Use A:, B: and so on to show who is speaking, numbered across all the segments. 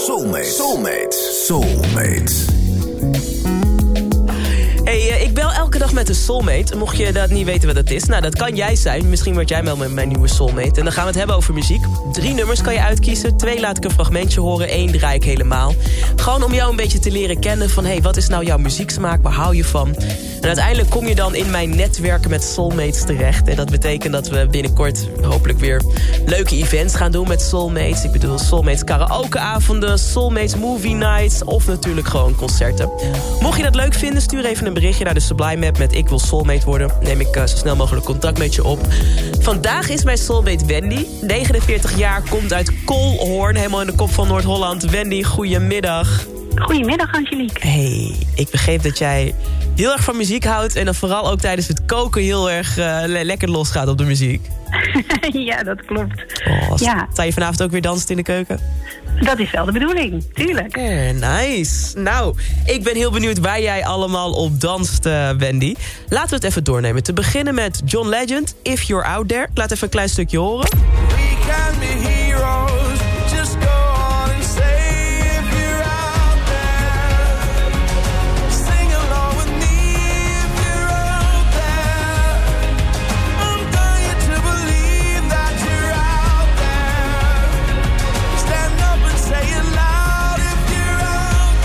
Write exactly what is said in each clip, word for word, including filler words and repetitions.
A: Soulmate. Soulmate. Soulmate.
B: Hey, uh, ik bel elke dag met een soulmate. Mocht je dat niet weten wat dat is, nou, dat kan jij zijn. Misschien word jij wel met mijn nieuwe soulmate. En dan gaan we het hebben over muziek. Drie nummers kan je uitkiezen. Twee laat ik een fragmentje horen. Eén draai ik helemaal. Gewoon om jou een beetje te leren kennen van... hey, wat is nou jouw muzieksmaak? Waar hou je van? En uiteindelijk kom je dan in mijn netwerken met soulmates terecht. En dat betekent dat we binnenkort hopelijk weer leuke events gaan doen met soulmates. Ik bedoel soulmates karaokeavonden, soulmates movie nights... of natuurlijk gewoon concerten. Mocht je dat leuk vinden, stuur even een berichtje naar de Sublime app met ik wil soulmate worden. Neem ik uh, zo snel mogelijk contact met je op. Vandaag is mijn soulmate Wendy. negenenveertig jaar, komt uit Kolhoorn, helemaal in de kop van Noord-Holland. Wendy, goedemiddag.
C: Goedemiddag, Angelique.
B: Hey, ik begreep dat jij heel erg van muziek houdt... en dan vooral ook tijdens het koken heel erg uh, le- lekker losgaat op de muziek.
C: Ja, dat klopt.
B: Oh,
C: ja.
B: Sta je vanavond ook weer dansen in de keuken?
C: Dat is wel de bedoeling, tuurlijk.
B: Eh, nice. Nou, ik ben heel benieuwd waar jij allemaal op danst, uh, Wendy. Laten we het even doornemen. Te beginnen met John Legend, If You're Out There. Laat even een klein stukje horen.
D: We can be heroes, just go on and say if you're out there. Sing along with me if you're out there. I'm dying to believe that you're out there. Stand up and say it loud if you're out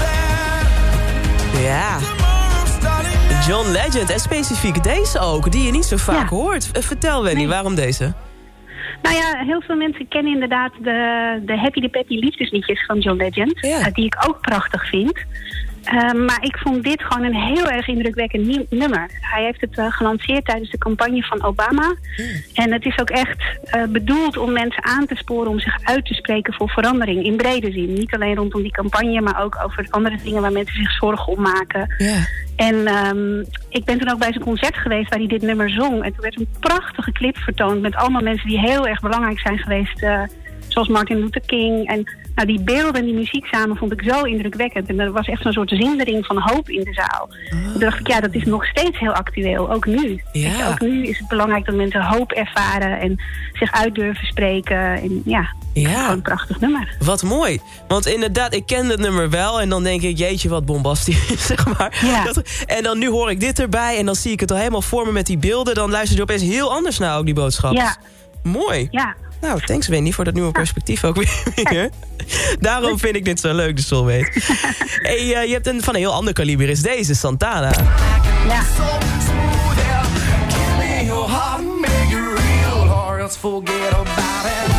D: there.
B: Ja.
D: Tomorrow's starting now.
B: John Legend en specifiek deze ook, die je niet zo vaak
C: Ja.
B: hoort. Uh, Vertel, Wendy,
C: Nee.
B: waarom deze?
C: Nou ja, heel veel mensen kennen inderdaad de, de Happy the Peppy liefdesliedjes van John Legend.
B: Ja.
C: uh, die ik ook prachtig vind. Uh, maar ik vond dit gewoon een heel erg indrukwekkend nieuw nummer. Hij heeft het uh, gelanceerd tijdens de campagne van Obama.
B: Mm.
C: En het is ook echt uh, bedoeld om mensen aan te sporen om zich uit te spreken voor verandering in brede zin. Niet alleen rondom die campagne, maar ook over andere dingen waar mensen zich zorgen om maken.
B: Ja.
C: En um, ik ben toen ook bij zijn concert geweest waar hij dit nummer zong. En toen werd een prachtige clip vertoond met allemaal mensen die heel erg belangrijk zijn geweest. Uh, zoals Martin Luther King. En nou, die beelden en die muziek samen vond ik zo indrukwekkend. En er was echt zo'n soort zindering van hoop in de zaal.
B: Oh.
C: Toen dacht ik, ja, dat is nog steeds heel actueel. Ook nu.
B: Ja.
C: Weet je, ook nu is het belangrijk dat mensen hoop ervaren en zich uit durven spreken. En ja,
B: Ja.
C: gewoon een prachtig nummer.
B: Wat mooi. Want inderdaad, ik ken het nummer wel... en dan denk ik, jeetje, wat bombastisch, zeg maar.
C: Ja.
B: Dat, en dan nu hoor ik dit erbij... en dan zie ik het al helemaal voor me met die beelden... dan luister je opeens heel anders naar ook, die boodschap.
C: Ja.
B: Mooi.
C: Ja.
B: Nou, thanks Wendy voor dat nieuwe perspectief ook weer. Daarom vind ik dit zo leuk, de Soulmate. Hey, uh, je hebt een van een heel ander kaliber, is deze, Santana.
C: Ja.
D: So smooth, yeah. Give me your heart and make it real, or else forget about it.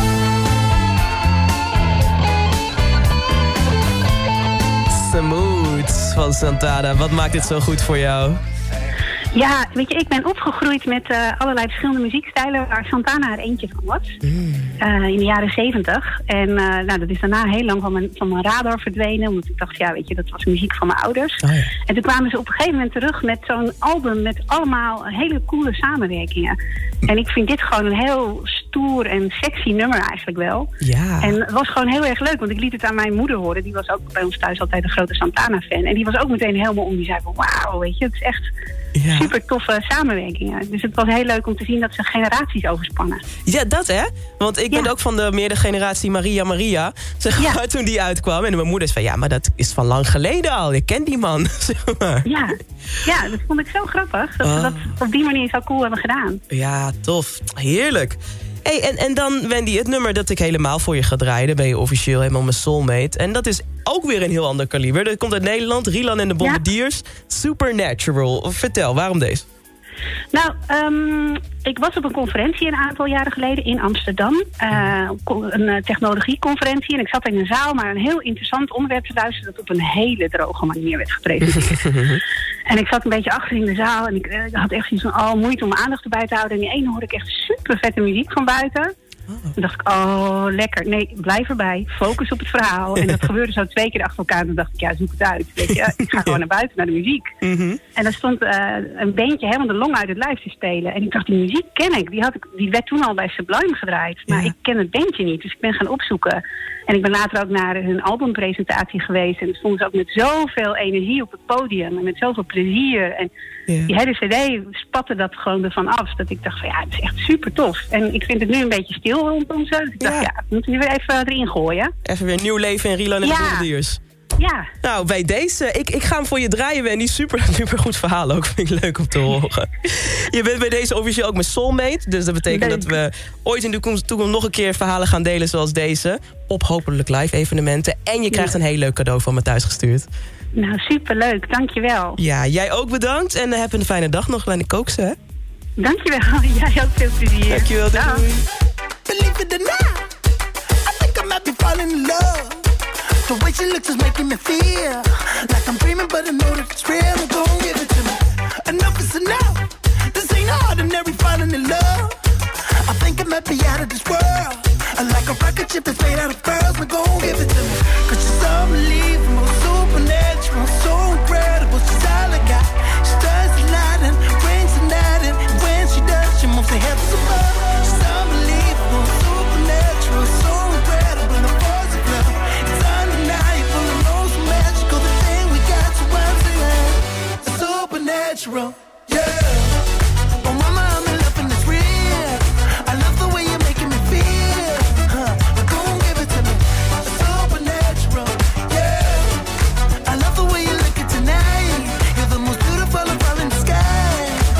B: Smooth van Santana. Wat maakt dit zo goed voor jou?
C: Ja, weet je, ik ben opgegroeid met uh, allerlei verschillende muziekstijlen... waar Santana er eentje van was.
B: Mm.
C: Uh, in de jaren zeventig. En uh, nou, dat is daarna heel lang van mijn, van mijn radar verdwenen. Omdat ik dacht, ja, weet je, dat was muziek van mijn ouders.
B: Oh ja.
C: En toen kwamen ze op een gegeven moment terug met zo'n album... met allemaal hele coole samenwerkingen. En ik vind dit gewoon een heel stoer en sexy nummer eigenlijk wel.
B: Ja.
C: En het was gewoon heel erg leuk, want ik liet het aan mijn moeder horen. Die was ook bij ons thuis altijd een grote Santana-fan. En die was ook meteen helemaal om. Die zei van, wauw, weet je, het is echt...
B: Ja.
C: super toffe samenwerkingen. Dus het was heel leuk om te zien dat ze generaties overspannen.
B: Ja, dat hè? Want ik ben
C: Ja.
B: ook van de meerdere generatie Maria Maria. Zeg maar,
C: Ja.
B: toen die uitkwam. En mijn moeder is van, ja, maar dat is van lang geleden al. Ik ken die man. Zeg maar.
C: Ja. Ja, dat vond ik zo grappig. Dat
B: Oh.
C: ze dat op die manier zo cool hebben gedaan.
B: Ja, tof. Heerlijk. Hey, en, en dan, Wendy, het nummer dat ik helemaal voor je ga draaien... dan ben je officieel helemaal mijn soulmate. En dat is ook weer een heel ander kaliber. Dat komt uit Nederland, Rielan en de Bombardiers. Supernatural. Vertel, waarom deze?
C: Nou, um, ik was op een conferentie een aantal jaren geleden in Amsterdam. Uh, een uh, technologieconferentie. En ik zat in een zaal maar een heel interessant onderwerp te luisteren... dat op een hele droge manier werd gepresenteerd. En ik zat een beetje achter in de zaal. En ik uh, had echt zoiets van, oh, moeite om mijn aandacht erbij te houden. En die ene hoorde ik echt super vette muziek van buiten.
B: Oh.
C: Toen dacht ik, oh, lekker. Nee, blijf erbij. Focus op het verhaal. En dat gebeurde zo twee keer achter elkaar. Toen dacht ik, ja, zoek het uit. Weet je, ik ga gewoon naar buiten, naar de muziek.
B: Mm-hmm.
C: En er stond uh, een beentje helemaal de long uit het lijf te spelen. En ik dacht, die muziek ken ik. Die, had ik, die werd toen al bij Sublime gedraaid. Maar
B: Ja.
C: ik ken het bandje niet. Dus ik ben gaan opzoeken. En ik ben later ook naar hun albumpresentatie geweest. En er stonden ze ook met zoveel energie op het podium. En met zoveel plezier. En
B: Ja.
C: die hele cd spatte dat gewoon ervan af. Dat ik dacht van, ja, het is echt super tof. En ik vind het nu een beetje stil stil rondom ze. Dus ik dacht,
B: Ja.
C: ja, dat moeten we weer even erin gooien.
B: Even weer nieuw leven in Rieland en
C: Ja.
B: de Wilde Diers.
C: Ja,
B: Nou, bij deze. Ik, ik ga hem voor je draaien, Wendy. Super, super goed verhaal ook. Vind ik leuk om te horen. Je bent bij deze officieel ook mijn soulmate. Dus dat betekent
C: Leuk.
B: dat we ooit in de toekomst, toekomst nog een keer verhalen gaan delen zoals deze. Op hopelijk live evenementen. En je krijgt een heel leuk cadeau van me thuis gestuurd.
C: nou superleuk. Dankjewel.
B: Ja, jij ook bedankt. En uh, heb een fijne dag nog. En kook ze, hè?
C: Dankjewel. Jij ook veel plezier.
B: Dankjewel, doei.
C: Dag.
B: doei.
E: Believe it or not, I think I might be falling in love. The way she looks is making me feel like I'm dreaming, but I know that it's real. Go and give it to me. Enough is enough. This ain't ordinary falling in love. I think I might be out of this world. Like a rocket ship that's made out of pearls. Now go and give it to me. Cause she's unbelievable, supernatural, so incredible. She's all I got. She does a lot and brings a night. And when she does, she moves the heavens above. She's unbelievable, supernatural, so incredible. The force of love, it's undeniable and oh so magical. The thing we got, so I'm saying, it's supernatural, yeah. Oh mama, I'm in love and it's real. I love the way you're making me feel. Huh. Now go and give it to me. It's supernatural, yeah. I love the way you're looking tonight. You're the most beautiful of all in the sky.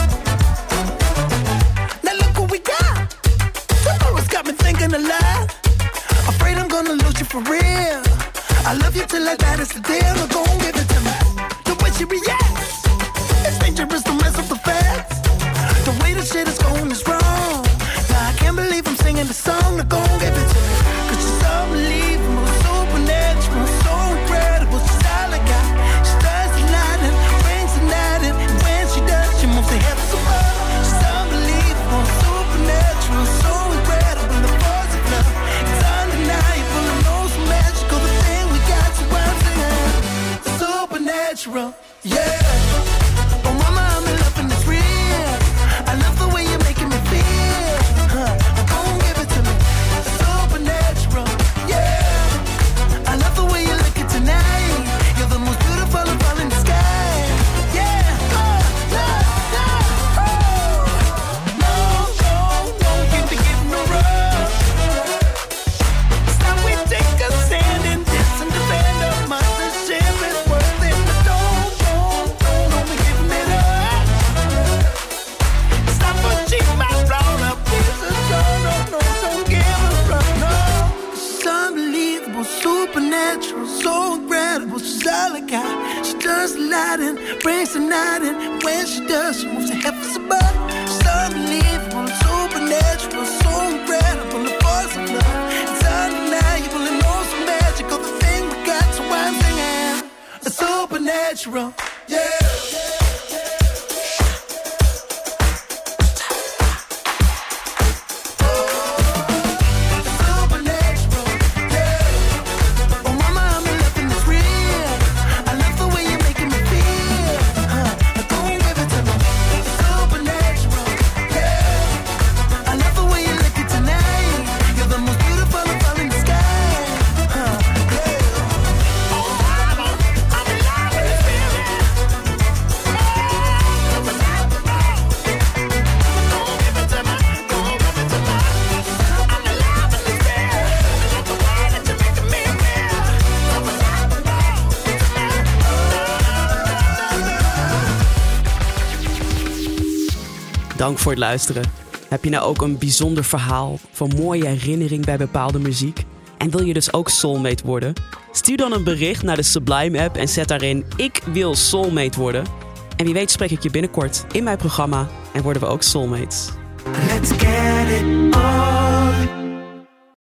E: Now look what we got. Tomorrow's got me thinking a lot. Afraid I'm gonna lose you for real. I love you till I die, that's the deal. Now go and give it to me. The way she reacts, it's dangerous to mess up the facts. The way the shit is going is wrong. Now I can't believe I'm singing the song. Now go and give it to me. Cause she's unbelievable, supernatural, so incredible. She's all I got. She does a lot and brings a night. And when she does, she moves the heavens above. She's unbelievable, supernatural, so incredible. The force of love, it's undeniable and oh so magical. The thing we got, so I'm singing, it's supernatural, yeah. Oh mama, I'm in love and it's real. I love the way you're making me feel. Huh. Now go and give it to me. It's supernatural, yeah. I love the way you're looking tonight. You're the most beautiful of all in the sky. Yeah, oh, yeah, yeah. Oh. No, no, no, give me, give no rush. It's time we take a stand in this and defend our mothership is worth it. But don't, don't, don't, don't be giving it up. Stop what she might blow up. This is no, no, no, don't give us up, no. She's unbelievable, supernatural, so incredible. She's all I got. She does a lot and brings the night. And when she does, she moves the heavens above. She's unbelievable, supernatural, so incredible. The force of love, it's undeniable and oh so magical. The thing we got, so I'm singing, it's supernatural, yeah. Supernatural, yeah. Oh mama, I'm in love and it's real. I love the way you're making me feel. Huh. Now go and give it to me. Supernatural, yeah. I love the way you're looking tonight. You're the most beautiful of all in the sky. Huh. Yeah. Oh mama, I'm in love and it's real.
B: Dank voor het luisteren. Heb je nou ook een bijzonder verhaal van mooie herinnering bij bepaalde muziek? En wil je dus ook soulmate worden? Stuur dan een bericht naar de Sublime app en zet daarin ik wil soulmate worden. En wie weet spreek ik je binnenkort in mijn programma en worden we ook soulmates.
E: Let's get it on.